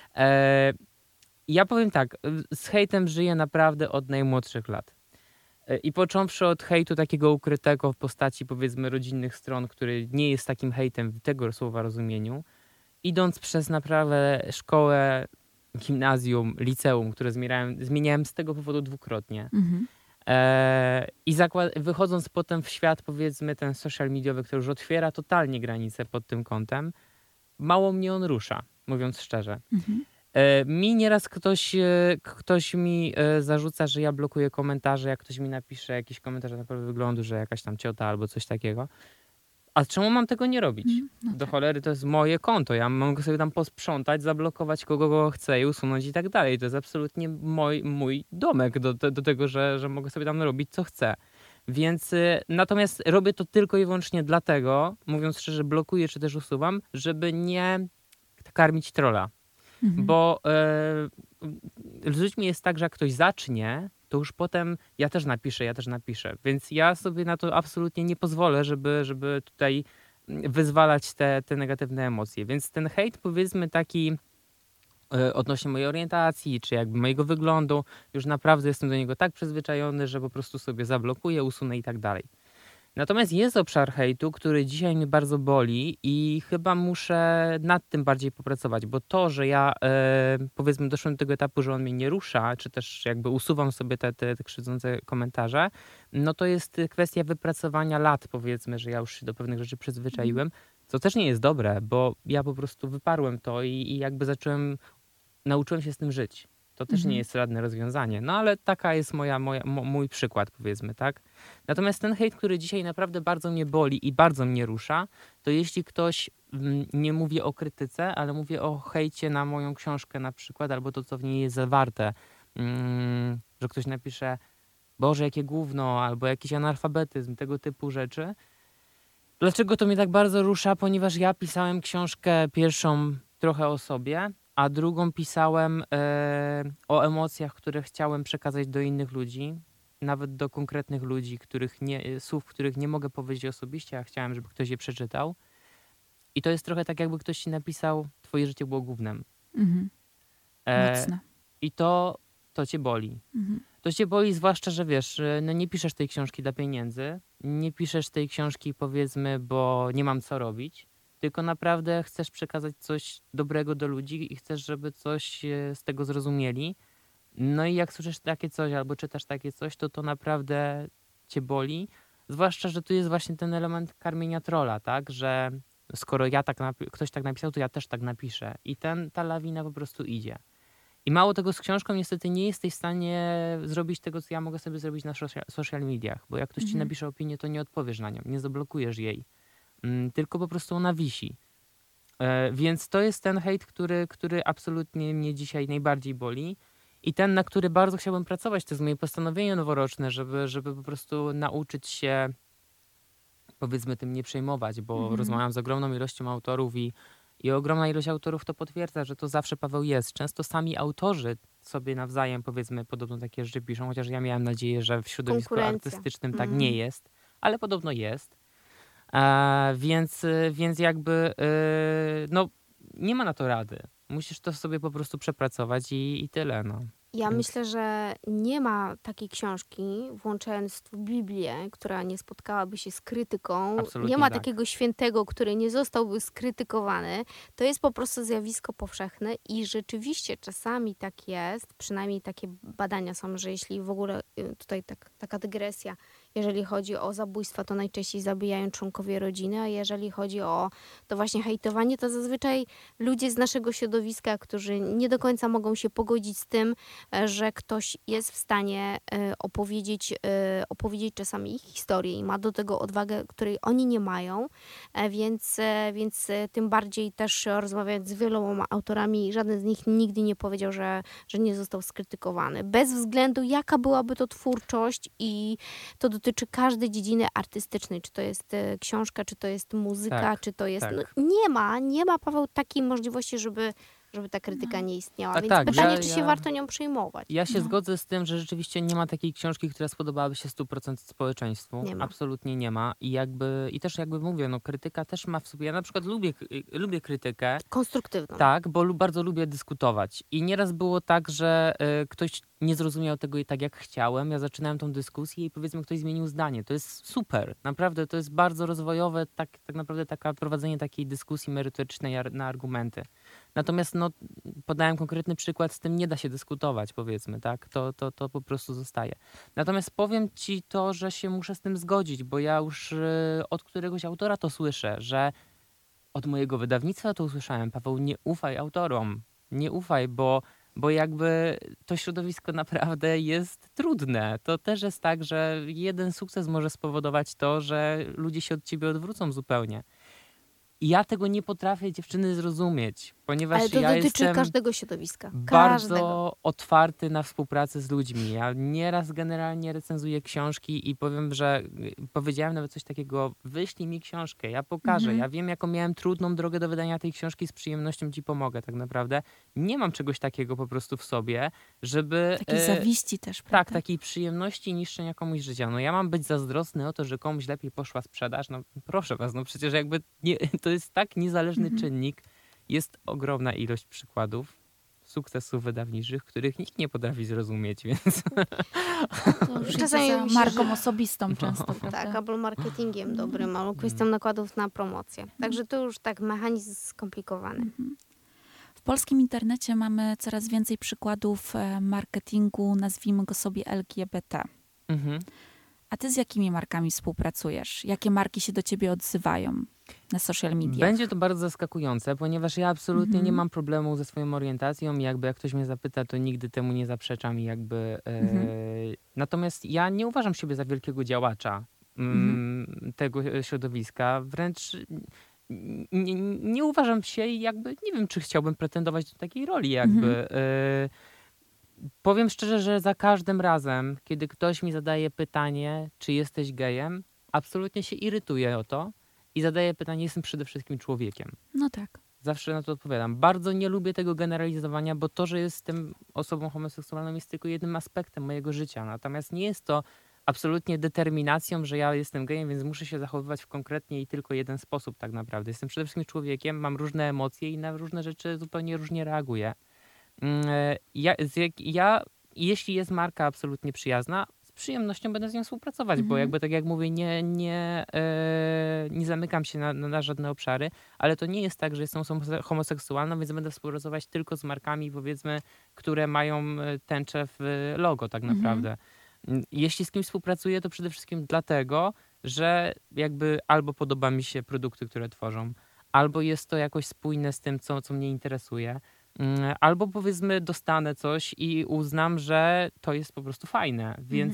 Ja powiem tak, z hejtem żyję naprawdę od najmłodszych lat. I począwszy od hejtu takiego ukrytego w postaci, powiedzmy, rodzinnych stron, który nie jest takim hejtem w tego słowa rozumieniu, idąc przez naprawdę szkołę, gimnazjum, liceum, które zmieniałem z tego powodu dwukrotnie. I wychodząc potem w świat, powiedzmy, ten social mediowy, który już otwiera totalnie granice pod tym kątem, mało mnie on rusza, mówiąc szczerze. Mi nieraz ktoś mi zarzuca, że ja blokuję komentarze, jak ktoś mi napisze jakiś komentarz na prawo wyglądu, że jakaś tam ciota albo coś takiego. A czemu mam tego nie robić? Do cholery to jest moje konto. Ja mogę sobie tam posprzątać, zablokować kogo chcę i usunąć i tak dalej. To jest absolutnie mój domek do tego, że mogę sobie tam robić co chcę. Więc natomiast robię to tylko i wyłącznie dlatego, mówiąc szczerze, blokuję czy też usuwam, żeby nie karmić trolla. Bo z ludźmi jest tak, że jak ktoś zacznie, to już potem ja też napiszę. Więc ja sobie na to absolutnie nie pozwolę, żeby tutaj wyzwalać te negatywne emocje. Więc ten hejt, powiedzmy, taki odnośnie mojej orientacji, czy jakby mojego wyglądu, już naprawdę jestem do niego tak przyzwyczajony, że po prostu sobie zablokuję, usunę i tak dalej. Natomiast jest obszar hejtu, który dzisiaj mnie bardzo boli i chyba muszę nad tym bardziej popracować, bo to, że ja powiedzmy doszłem do tego etapu, że on mnie nie rusza, czy też jakby usuwam sobie te krzywdzące komentarze, no to jest kwestia wypracowania lat, powiedzmy, że ja już się do pewnych rzeczy przyzwyczaiłem, co też nie jest dobre, bo ja po prostu wyparłem to i jakby nauczyłem się z tym żyć. To też nie jest żadne rozwiązanie. No ale taka jest mój przykład, powiedzmy, tak? Natomiast ten hejt, który dzisiaj naprawdę bardzo mnie boli i bardzo mnie rusza, to jeśli ktoś, nie mówię o krytyce, ale mówię o hejcie na moją książkę na przykład, albo to, co w niej jest zawarte, że ktoś napisze, Boże, jakie gówno, albo jakiś analfabetyzm, tego typu rzeczy. Dlaczego to mnie tak bardzo rusza? Ponieważ ja pisałem książkę pierwszą trochę o sobie, a drugą pisałem o emocjach, które chciałem przekazać do innych ludzi, nawet do konkretnych ludzi, słów, których nie mogę powiedzieć osobiście, a chciałem, żeby ktoś je przeczytał. I to jest trochę tak, jakby ktoś ci napisał, twoje życie było gównem. Mocne. I to cię boli. To cię boli, zwłaszcza, że wiesz, no nie piszesz tej książki dla pieniędzy, nie piszesz tej książki, powiedzmy, bo nie mam co robić, tylko naprawdę chcesz przekazać coś dobrego do ludzi i chcesz, żeby coś z tego zrozumieli. No i jak słyszysz takie coś albo czytasz takie coś, to naprawdę cię boli. Zwłaszcza, że tu jest właśnie ten element karmienia trolla, tak? Że skoro ktoś tak napisał, to ja też tak napiszę. I ta lawina po prostu idzie. I mało tego, z książką niestety nie jesteś w stanie zrobić tego, co ja mogę sobie zrobić na social mediach. Bo jak ktoś ci napisze opinię, to nie odpowiesz na nią, nie zablokujesz jej. Tylko po prostu ona wisi. Więc to jest ten hejt, który absolutnie mnie dzisiaj najbardziej boli. I ten, na który bardzo chciałbym pracować, to jest moje postanowienie noworoczne, żeby po prostu nauczyć się, powiedzmy, tym nie przejmować, bo rozmawiam z ogromną ilością autorów i ogromna ilość autorów to potwierdza, że to zawsze, Paweł, jest. Często sami autorzy sobie nawzajem, powiedzmy, podobno takie rzeczy piszą, chociaż ja miałem nadzieję, że w środowisku artystycznym tak nie jest, ale podobno jest. Więc jakby no nie ma na to rady. Musisz to sobie po prostu przepracować i tyle. No. Ja myślę, że nie ma takiej książki, włączając w Biblię, która nie spotkałaby się z krytyką. Absolutnie nie ma tak. takiego świętego, który nie zostałby skrytykowany. To jest po prostu zjawisko powszechne i rzeczywiście czasami tak jest, przynajmniej takie badania są, że jeśli w ogóle, tutaj taka dygresja, Jeżeli chodzi o zabójstwa, to najczęściej zabijają członkowie rodziny, a jeżeli chodzi o to właśnie hejtowanie, to zazwyczaj ludzie z naszego środowiska, którzy nie do końca mogą się pogodzić z tym, że ktoś jest w stanie opowiedzieć czasami ich historię i ma do tego odwagę, której oni nie mają, więc tym bardziej też rozmawiając z wieloma autorami, żaden z nich nigdy nie powiedział, że nie został skrytykowany. Bez względu jaka byłaby to twórczość i to dotyczy każdej dziedziny artystycznej, czy to jest książka, czy to jest muzyka, Tak, czy to jest... tak. No, nie ma, Paweł, takiej możliwości, żeby ta krytyka nie istniała. A Więc tak, pytanie, czy się warto nią przejmować? Ja się zgodzę z tym, że rzeczywiście nie ma takiej książki, która spodobałaby się 100% społeczeństwu. Nie ma. Absolutnie nie ma. I też jakby mówię, no krytyka też ma w sobie... Ja na przykład lubię krytykę, Konstruktywną. tak, bo bardzo lubię dyskutować. I nieraz było tak, że ktoś nie zrozumiał tego i tak jak chciałem. Ja zaczynałem tą dyskusję i powiedzmy ktoś zmienił zdanie. To jest super. Naprawdę to jest bardzo rozwojowe, tak naprawdę prowadzenie takiej dyskusji merytorycznej na argumenty. Natomiast no, podałem konkretny przykład, z tym nie da się dyskutować, powiedzmy, tak? To po prostu zostaje. Natomiast powiem ci to, że się muszę z tym zgodzić, bo ja już od któregoś autora to słyszę, że od mojego wydawnictwa to usłyszałem: Paweł, nie ufaj autorom, nie ufaj, bo jakby to środowisko naprawdę jest trudne. To też jest tak, że jeden sukces może spowodować to, że ludzie się od ciebie odwrócą zupełnie. I ja tego nie potrafię, dziewczyny, zrozumieć, ponieważ Ale to ja dotyczy jestem każdego środowiska. bardzo Każdego. otwarty na współpracę z ludźmi. Ja nieraz generalnie recenzuję książki i powiem, że powiedziałem nawet coś takiego: wyślij mi książkę, ja pokażę. Ja wiem, jaką miałem trudną drogę do wydania tej książki, z przyjemnością ci pomogę tak naprawdę. Nie mam czegoś takiego po prostu w sobie, żeby... Takiej zawiści też, Tak, prawda? takiej przyjemności niszczenia komuś życia. No ja mam być zazdrosny o to, że komuś lepiej poszła sprzedaż. No proszę was, no przecież jakby to jest tak niezależny czynnik. Jest ogromna ilość przykładów sukcesów wydawniczych, których nikt nie potrafi zrozumieć, więc... To już Czasami idzie za myślę, marką osobistą często, prawda? Tak, albo marketingiem dobrym, albo kwestią nakładów na promocję. Także to już tak mechanizm skomplikowany. W polskim internecie mamy coraz więcej przykładów marketingu, nazwijmy go sobie LGBT. Mhm. A ty z jakimi markami współpracujesz? Jakie marki się do ciebie odzywają na social media? Będzie to bardzo zaskakujące, ponieważ ja absolutnie nie mam problemu ze swoją orientacją i jakby jak ktoś mnie zapyta, to nigdy temu nie zaprzeczam i jakby... Natomiast ja nie uważam siebie za wielkiego działacza tego środowiska. Wręcz nie uważam się i jakby nie wiem, czy chciałbym pretendować do takiej roli jakby. Powiem szczerze, że za każdym razem, kiedy ktoś mi zadaje pytanie, czy jesteś gejem, absolutnie się irytuję o to i zadaję pytanie: jestem przede wszystkim człowiekiem. No tak. Zawsze na to odpowiadam. Bardzo nie lubię tego generalizowania, bo to, że jestem osobą homoseksualną, jest tylko jednym aspektem mojego życia. Natomiast nie jest to absolutnie determinacją, że ja jestem gejem, więc muszę się zachowywać w konkretnie i tylko jeden sposób tak naprawdę. Jestem przede wszystkim człowiekiem, mam różne emocje i na różne rzeczy zupełnie różnie reaguję. Jeśli jest marka absolutnie przyjazna, z przyjemnością będę z nią współpracować, bo jakby tak jak mówię, nie zamykam się na żadne obszary, ale to nie jest tak, że jestem homoseksualną, więc będę współpracować tylko z markami, powiedzmy, które mają tęczę w logo tak naprawdę. Jeśli z kimś współpracuję, to przede wszystkim dlatego, że jakby albo podoba mi się produkty, które tworzą, albo jest to jakoś spójne z tym, co mnie interesuje, albo powiedzmy dostanę coś i uznam, że to jest po prostu fajne, więc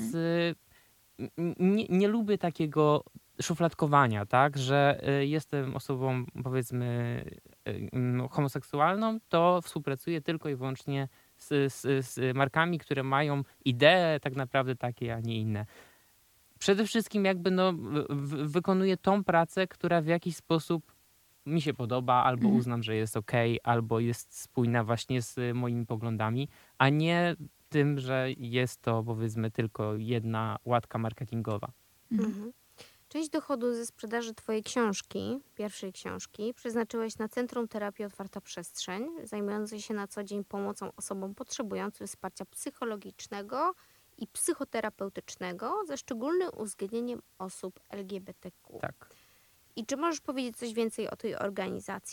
nie lubię takiego szufladkowania, tak, że jestem osobą powiedzmy homoseksualną, to współpracuję tylko i wyłącznie z markami, które mają idee tak naprawdę takie, a nie inne. Przede wszystkim jakby wykonuję tą pracę, która w jakiś sposób mi się podoba, albo uznam, że jest okej, albo jest spójna właśnie z moimi poglądami, a nie tym, że jest to powiedzmy tylko jedna łatka marketingowa. Część dochodu ze sprzedaży twojej książki, pierwszej książki, przeznaczyłeś na Centrum Terapii Otwarta Przestrzeń, zajmujące się na co dzień pomocą osobom potrzebującym wsparcia psychologicznego i psychoterapeutycznego, ze szczególnym uwzględnieniem osób LGBTQ. Tak. I czy możesz powiedzieć coś więcej o tej organizacji?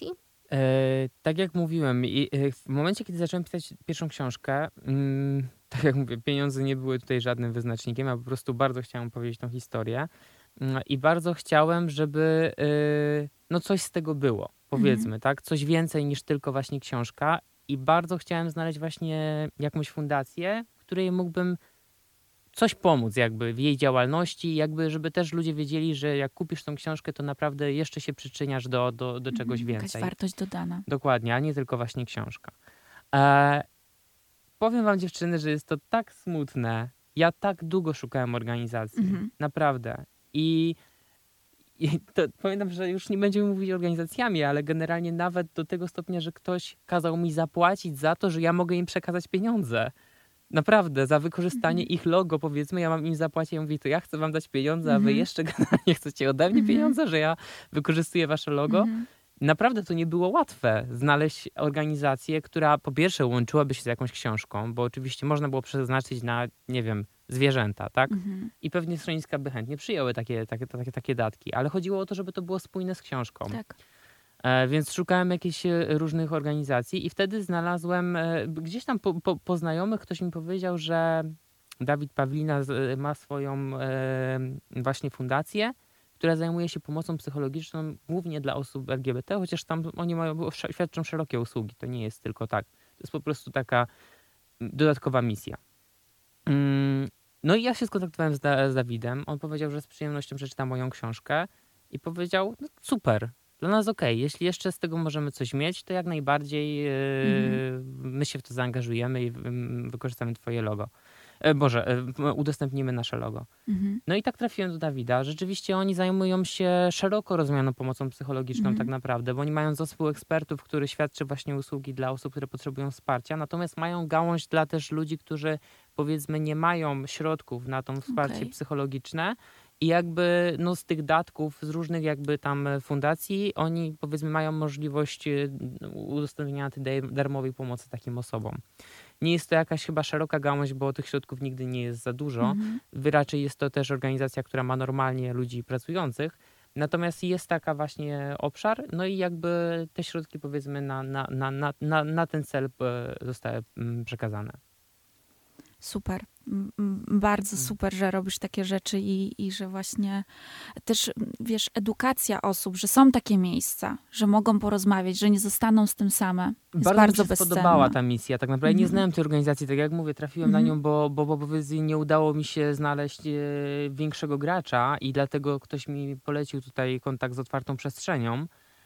Tak jak mówiłem, w momencie, kiedy zacząłem pisać pierwszą książkę, tak jak mówię, pieniądze nie były tutaj żadnym wyznacznikiem, a po prostu bardzo chciałem opowiedzieć tą historię. I bardzo chciałem, żeby no coś z tego było, powiedzmy, tak? Coś więcej niż tylko właśnie książka. I bardzo chciałem znaleźć właśnie jakąś fundację, której mógłbym coś pomóc jakby w jej działalności, jakby żeby też ludzie wiedzieli, że jak kupisz tą książkę, to naprawdę jeszcze się przyczyniasz do czegoś Jakaś więcej. wartość dodana. Dokładnie, a nie tylko właśnie książka. E, Powiem wam, dziewczyny, że jest to tak smutne. Ja tak długo szukałem organizacji. Naprawdę. I to pamiętam, że już nie będziemy mówić organizacjami, ale generalnie nawet do tego stopnia, że ktoś kazał mi zapłacić za to, że ja mogę im przekazać pieniądze. Naprawdę, za wykorzystanie ich logo, powiedzmy, ja mam im zapłacić, ja mówię, to ja chcę wam dać pieniądze, a wy jeszcze generalnie chcecie ode mnie pieniądze, że ja wykorzystuję wasze logo. Naprawdę to nie było łatwe znaleźć organizację, która po pierwsze łączyłaby się z jakąś książką, bo oczywiście można było przeznaczyć na, nie wiem, zwierzęta, tak? I pewnie schroniska by chętnie przyjęły takie datki, ale chodziło o to, żeby to było spójne z książką. Tak. Więc szukałem jakichś różnych organizacji i wtedy znalazłem, gdzieś tam po znajomych ktoś mi powiedział, że Dawid Pawlina ma swoją właśnie fundację, która zajmuje się pomocą psychologiczną głównie dla osób LGBT, chociaż tam oni świadczą szerokie usługi. To nie jest tylko tak. To jest po prostu taka dodatkowa misja. No i ja się skontaktowałem z Dawidem. On powiedział, że z przyjemnością przeczyta moją książkę i powiedział, no super, dla nas okej. Jeśli jeszcze z tego możemy coś mieć, to jak najbardziej my się w to zaangażujemy i wykorzystamy twoje logo. Udostępnimy nasze logo. No i tak trafiłem do Dawida. Rzeczywiście oni zajmują się szeroko rozumianą pomocą psychologiczną tak naprawdę, bo oni mają zespół ekspertów, który świadczy właśnie usługi dla osób, które potrzebują wsparcia, natomiast mają gałąź dla też ludzi, którzy powiedzmy nie mają środków na to wsparcie psychologiczne i jakby no, z tych datków, z różnych jakby tam fundacji, oni powiedzmy mają możliwość udostępniania tej darmowej pomocy takim osobom. Nie jest to jakaś chyba szeroka gałąź, bo tych środków nigdy nie jest za dużo. Raczej jest to też organizacja, która ma normalnie ludzi pracujących. Natomiast jest taka właśnie obszar, no i jakby te środki powiedzmy na ten cel zostały przekazane. Super. Bardzo super, że robisz takie rzeczy i że właśnie też, wiesz, edukacja osób, że są takie miejsca, że mogą porozmawiać, że nie zostaną z tym same. Jest bardzo mi się spodobała ta misja. Tak naprawdę nie znałem tej organizacji, tak jak mówię, trafiłem na nią, bo powiedzmy nie udało mi się znaleźć większego gracza i dlatego ktoś mi polecił tutaj kontakt z Otwartą Przestrzenią.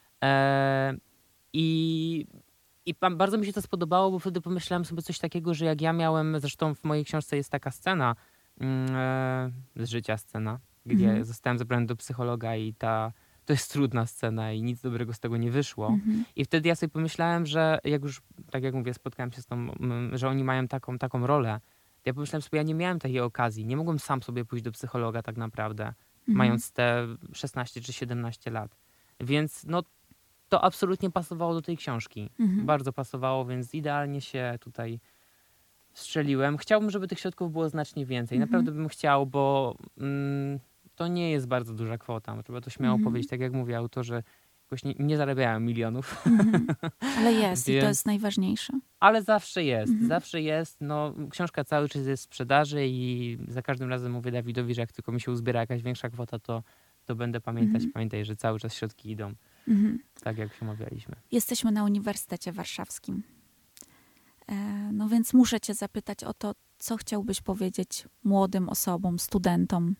Bardzo mi się to spodobało, bo wtedy pomyślałem sobie coś takiego, że jak ja miałem, zresztą w mojej książce jest taka scena, z życia scena, gdzie zostałem zabrany do psychologa i to jest trudna scena i nic dobrego z tego nie wyszło. I wtedy ja sobie pomyślałem, że jak już, tak jak mówię, spotkałem się z tą, że oni mają taką rolę, ja pomyślałem sobie, ja nie miałem takiej okazji, nie mogłem sam sobie pójść do psychologa tak naprawdę, mając te 16 czy 17 lat. Więc no to absolutnie pasowało do tej książki. Bardzo pasowało, więc idealnie się tutaj strzeliłem. Chciałbym, żeby tych środków było znacznie więcej. Naprawdę bym chciał, bo to nie jest bardzo duża kwota. Trzeba to śmiało powiedzieć. Tak jak mówię, autorzy jakoś nie zarabiają milionów. Ale jest i to jest najważniejsze. Ale zawsze jest. Zawsze jest. No, książka cały czas jest w sprzedaży i za każdym razem mówię Dawidowi, że jak tylko mi się uzbiera jakaś większa kwota, to będę pamiętać. Pamiętaj, że cały czas środki idą. Tak jak się umawialiśmy. Jesteśmy na Uniwersytecie Warszawskim. No więc muszę cię zapytać o to, co chciałbyś powiedzieć młodym osobom, studentom?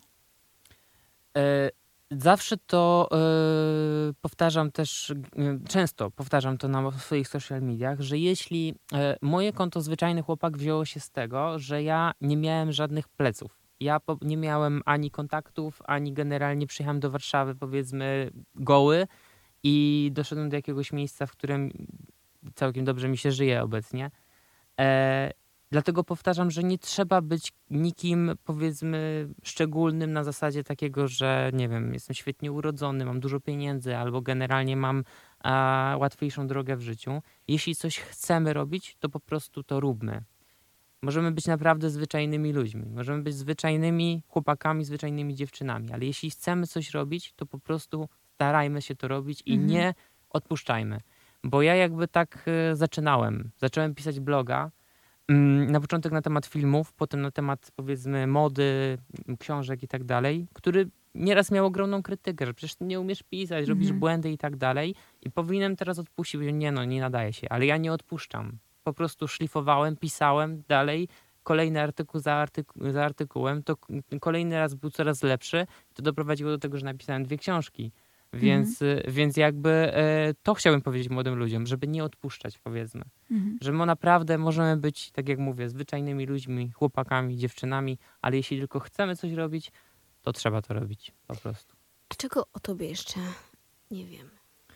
Zawsze to powtarzam też, często powtarzam to na swoich social mediach, że jeśli moje konto Zwyczajny Chłopak wzięło się z tego, że ja nie miałem żadnych pleców. Ja nie miałem ani kontaktów, ani generalnie przyjechałem do Warszawy, powiedzmy, goły i doszedłem do jakiegoś miejsca, w którym całkiem dobrze mi się żyje obecnie. Dlatego powtarzam, że nie trzeba być nikim, powiedzmy, szczególnym na zasadzie takiego, że nie wiem, jestem świetnie urodzony, mam dużo pieniędzy albo generalnie mam łatwiejszą drogę w życiu. Jeśli coś chcemy robić, to po prostu to róbmy. Możemy być naprawdę zwyczajnymi ludźmi. Możemy być zwyczajnymi chłopakami, zwyczajnymi dziewczynami. Ale jeśli chcemy coś robić, to po prostu starajmy się to robić i nie odpuszczajmy. Bo ja jakby tak zaczynałem. Zacząłem pisać bloga. Na początek na temat filmów, potem na temat powiedzmy mody, książek i tak dalej, który nieraz miał ogromną krytykę, że przecież ty nie umiesz pisać, robisz błędy i tak dalej i powinienem teraz odpuścić, bo nie nadaje się, ale ja nie odpuszczam. Po prostu szlifowałem, pisałem dalej, kolejny artykuł za artykułem, to kolejny raz był coraz lepszy, to doprowadziło do tego, że napisałem 2 książki. Więc jakby to chciałbym powiedzieć młodym ludziom, żeby nie odpuszczać, powiedzmy. Że my naprawdę możemy być, tak jak mówię, zwyczajnymi ludźmi, chłopakami, dziewczynami, ale jeśli tylko chcemy coś robić, to trzeba to robić po prostu. A czego o tobie jeszcze nie wiem?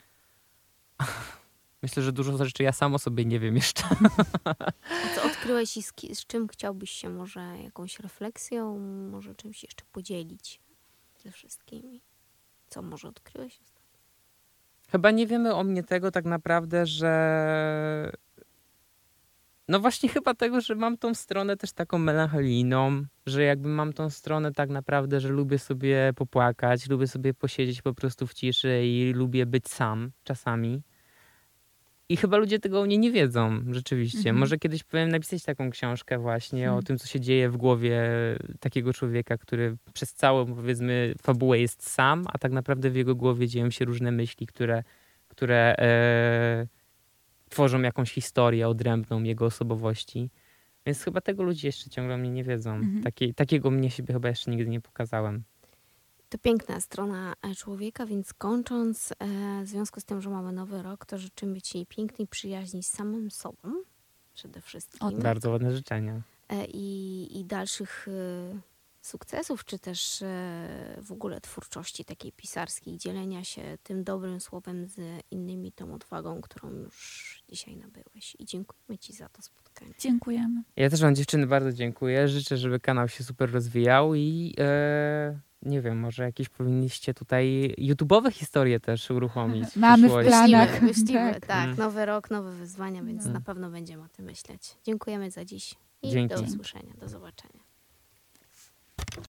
Myślę, że dużo rzeczy ja sam o sobie nie wiem jeszcze. A co odkryłeś i z czym chciałbyś się może jakąś refleksją, może czymś jeszcze podzielić ze wszystkimi? Co może odkryłeś ostatnio? Chyba nie wiemy o mnie tego tak naprawdę, że no właśnie chyba tego, że mam tą stronę też taką melancholijną, że jakby mam tą stronę tak naprawdę, że lubię sobie popłakać, lubię sobie posiedzieć po prostu w ciszy i lubię być sam czasami. I chyba ludzie tego o mnie nie wiedzą, rzeczywiście. Może kiedyś powinien napisać taką książkę właśnie o tym, co się dzieje w głowie takiego człowieka, który przez całą, powiedzmy, fabułę jest sam, a tak naprawdę w jego głowie dzieją się różne myśli, które tworzą jakąś historię odrębną jego osobowości. Więc chyba tego ludzie jeszcze ciągle o mnie nie wiedzą. Takiego mnie siebie chyba jeszcze nigdy nie pokazałem. To piękna strona człowieka, więc kończąc, w związku z tym, że mamy nowy rok, to życzymy ci pięknej przyjaźni z samym sobą przede wszystkim. Bardzo ładne życzenia. I dalszych sukcesów, czy też w ogóle twórczości takiej pisarskiej, dzielenia się tym dobrym słowem z innymi, tą odwagą, którą już dzisiaj nabyłeś. I dziękujemy ci za to spotkanie. Dziękujemy. Ja też wam, dziewczyny, bardzo dziękuję. Życzę, żeby kanał się super rozwijał i nie wiem, może jakieś powinniście tutaj YouTube'owe historie też uruchomić. Mamy w planach. Myślimy, tak. Nowy rok, nowe wyzwania, więc na pewno będziemy o tym myśleć. Dziękujemy za dziś i Dzięki. do usłyszenia, do zobaczenia.